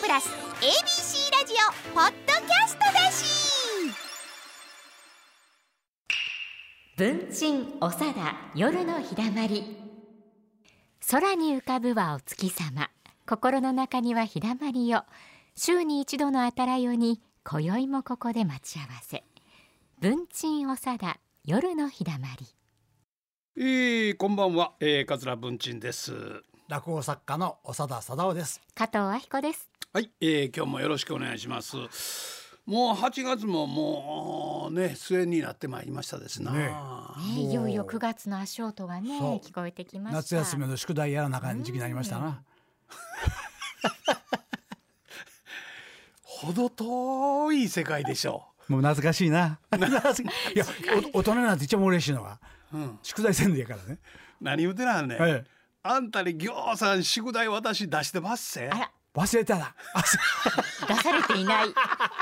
プラス ABC ラジオポッドキャストだし。 文鎮おさだ夜のひだまり。空に浮かぶはお月様、心の中にはひだまりよ。週に一度のあたらよに今宵もここで待ち合わせ。文鎮おさだ夜のひだまり。 こんばんは、桂文鎮です。 落語作家の長田貞夫です。 加藤明子です。 はい、今日もよろしくお願いします。もう8月ももうね末になってまいりましたですな、 いよいよ9月の足音がね聞こえてきました。 夏休みの宿題やらなかん時期になりましたな。 ほど遠い世界でしょもう懐かしいな。いや大人になって一番嬉しいのは、宿題せんでやからね。 何言うてなはんねん、 はい、 あんたにぎょうさん宿題私出してますせ。 あら忘れたな。 出されていない。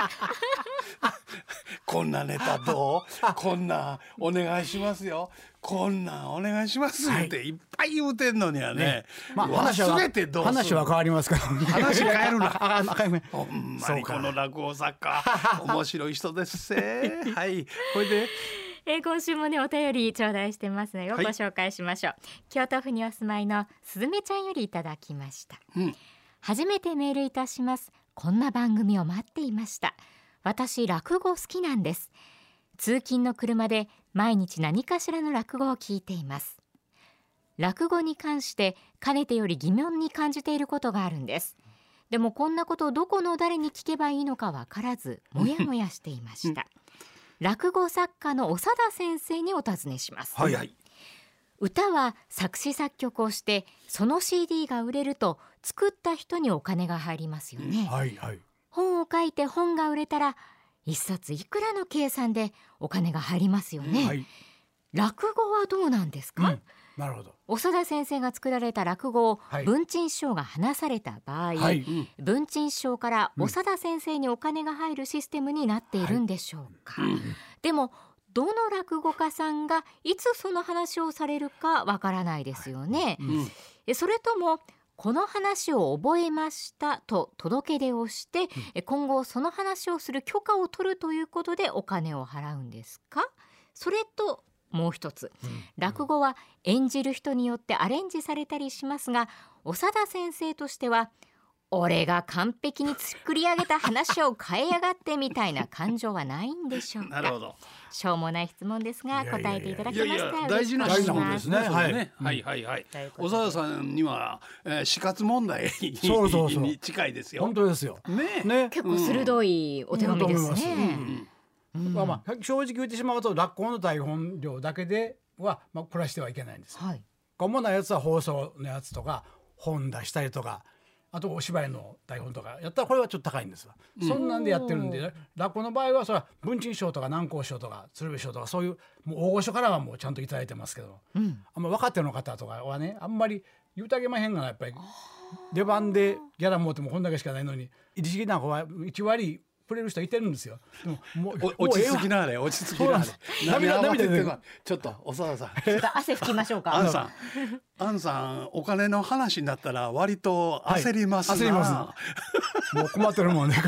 こんなネタどうこんなんお願いしますよ、こんなんお願いしますっていっぱい言うてんのにはね、忘れてどうする。 話は変わりますから話変えるな。 ほんまにこの落語作家面白い人ですせ。はい、これで今週もねお便り頂戴してますので、 はいご紹介しましょう。京都府にお住まいのすずめちゃんよりいただきました。初めてメールいたします。こんな番組を待っていました。私落語好きなんです。通勤の車で毎日何かしらの落語を聞いています。落語に関してかねてより疑問に感じていることがあるんです。でもこんなことをどこの誰に聞けばいいのかわからずもやもやしていました。落語作家の長田先生にお尋ねします。 はいはい、 歌は作詞作曲をしてその CD が売れると作った人にお金が入りますよね。 はいはい、 本を書いて本が売れたら一冊いくらの計算でお金が入りますよね、 はい、 落語はどうなんですか、 なるほど。 長田先生が作られた落語をはい文鎮師匠が話された場合、 はい、 文鎮師匠から長田先生にお金が入るシステムになっているんでしょうか、でもどの落語家さんがいつその話をされるかわからないですよね、それともこの話を覚えましたと届け出をして今後その話をする許可を取るということでお金を払うんですか。それともう一つ、落語は演じる人によってアレンジされたりしますが、長田先生としては俺が完璧に作り上げた話を変えやがってみたいな感情はないんでしょうか。 なるほど。 しょうもない質問ですが答えていただきました。 大事な質問ですね。 はいはいはいはい。長田さんには、死活問題に近いですよ。 本当ですよ。 ね、 結構鋭いお手紙ですね。 まあ正直言ってしまうと落語の台本料だけでは暮らしてはいけないんです。主なやつは放送のやつとか本出したりとか、あとお芝居の台本とかやったらこれはちょっと高いんですわ、そんなんでやってるんで、落語の場合はそれは文鎮師匠とか南光師匠とか鶴瓶師匠とかそういうもう大御所からはもうちゃんといただいてますけど、あんま若手の方とかはねあんまり言うてあげまへんがな。やっぱり出番でギャラもうてもこんだけしかないのに入りしきなんかは1割くれる人いてるんですよ。でももう落ち着きなあれ、落ち着きなあれ。涙出てる。ちょっと長田さん汗拭きましょうか。 アンさんお金の話になったら割と焦りますな、 焦りますもう困ってるもんね。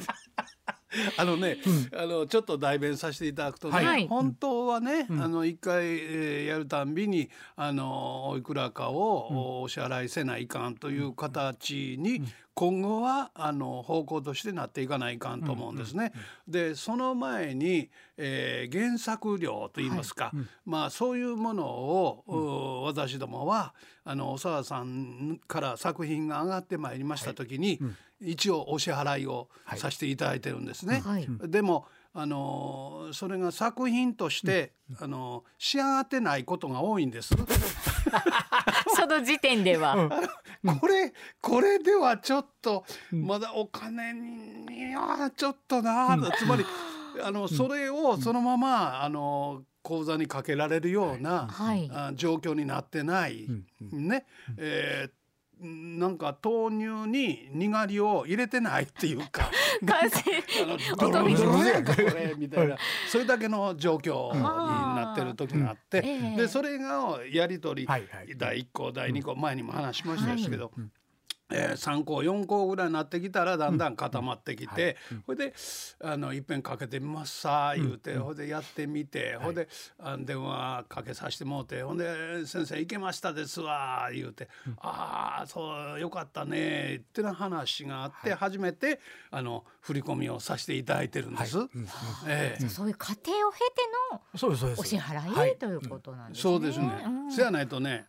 ちょっと代弁させていただくとね、本当はね、一回、やるたんびにおいくらかをお支払いせないかんという形に今後は方向としてなっていかないかんと思うんですね。でその前に、原作料といいますか、まあそういうものを、私どもは長田さんから作品が上がってまいりました時に、一応お支払いをさせていただいてるんですね。でもそれが作品として、仕上がってないことが多いんですその時点では、 これではちょっとまだお金にはちょっとな、つまりそれをそのまま口座にかけられるような、状況になってない、ね、なんか豆乳ににがりを入れてないっていうかドロドロやんかこれみたいなそれだけの状況になってる時があって、でそれがやり取り、第1項第2項前にも話しましたけど、 3校4校ぐらいになってきたらだんだん固まってきて、ほいでいっぺんかけてみますさ言うて、ほいでやってみて、ほいで電話かけさせてもうて、ほんで先生行けましたですわ言うて、ああそうよかったねってな話があって、初めて振り込みをさせていただいてるんです。 そういう過程を経てのお支払いということなんですね。 そうですね。せやないとね、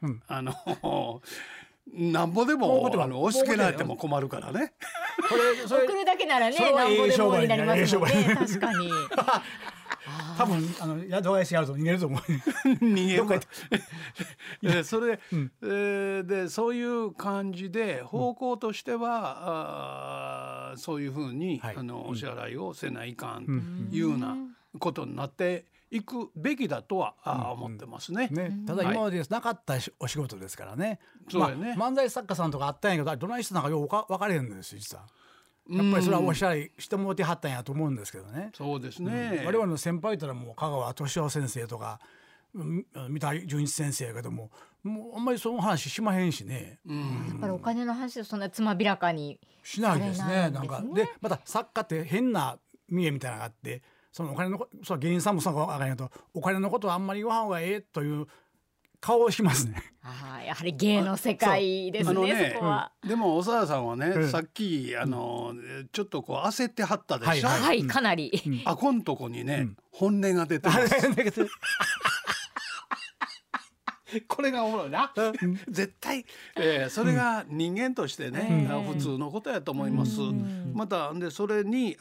なんぼでも押し付けられても困るからね。 送るだけならね、なんぼでもになりますもんね。確かに。 多分宿返しやると逃げると思う。 逃げる。それでそういう感じで方向としては、そういうふうにお支払いをせないかんというようなことになっていくべきだとは思ってますね。 ただ今までなかったお仕事ですからね。漫才作家さんとかあったんやけど、どない人なんかよう分かれへんのですよ実は。やっぱりそれはおっしゃりしてもうてはったんやと思うんですけどね。 そうですね。 我々の先輩ったらもう香川俊夫先生とか三田純一先生やけども、もうあんまりその話しまへんしね。 やっぱりお金の話でそんなつまびらかにしないですね。なんかでまた作家って変な見栄みたいなのがあって、そのお金のそう芸人さんもそうか分からないけど、お金のことはあんまり言わん方がええという顔をしますね。 やはり芸の世界ですね。そこは。 でも長田さんはね、さっきちょっとこう焦ってはったでしょ。 はい、かなり。 こんとこにね、本音が出てます。これがおもろいな。絶対、それが人間としてね、普通のことやと思います。またでそれに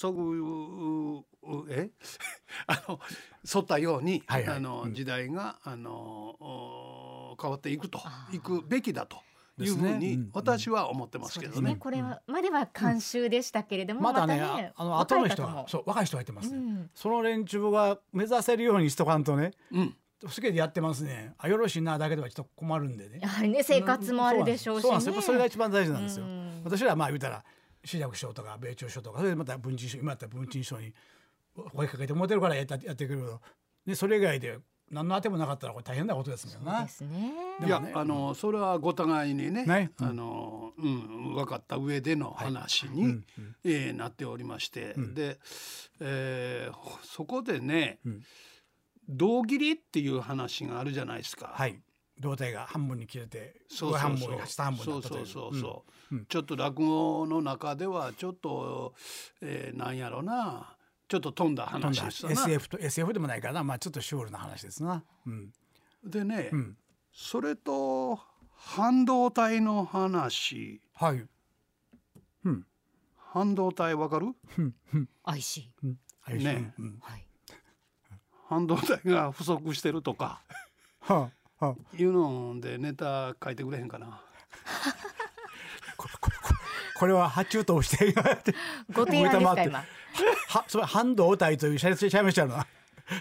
沿ったように、時代が変わっていくべきだというふうに私は思ってますけどね。 これまでは慣習でしたけれども、 またね後の人は若い人がいてますね。その連中が目指せるようにしとかんとね。好きでやってますね。よろしいなだけではちょっと困るんでね。 やはりね、生活もあるでしょうしね。 そうなんですよ。それが一番大事なんですよ。私ら言うたら志らく師匠とか米朝師匠とか、それでまた文鎮師匠、今やったら文鎮師匠に声かけてもらってるからやってくれるけど、でそれ以外で何のあてもなかったらこれ大変なことですもんね。 そうですね。 いやそれはご互いにね分かった上での話になっておりまして、でそこでね、胴切りっていう話があるじゃないですか。 胴体が半分に切れて上半分が下半分になったという。 ちょっと落語の中ではちょっとなんやろな、ちょっと飛んだ話ですな。 SF でもないからな、ちょっとシュールな話ですな。 でね、それと半導体の話。半導体わかる ？IC ね。半導体が不足してるとかいうのでネタ書いてくれへんかな。 これは発注としてご提案ですか今。 それ半導体というシャレついちゃいましたな。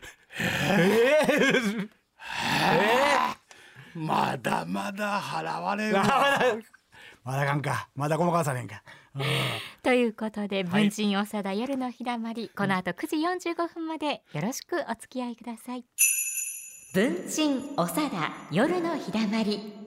まだまだ払われる。 まだかんか、まだごまかされんか。 ということで、文鎮長田夜のひだまり、この後9時45分までよろしくお付き合いください。文鎮長田夜のひだまり。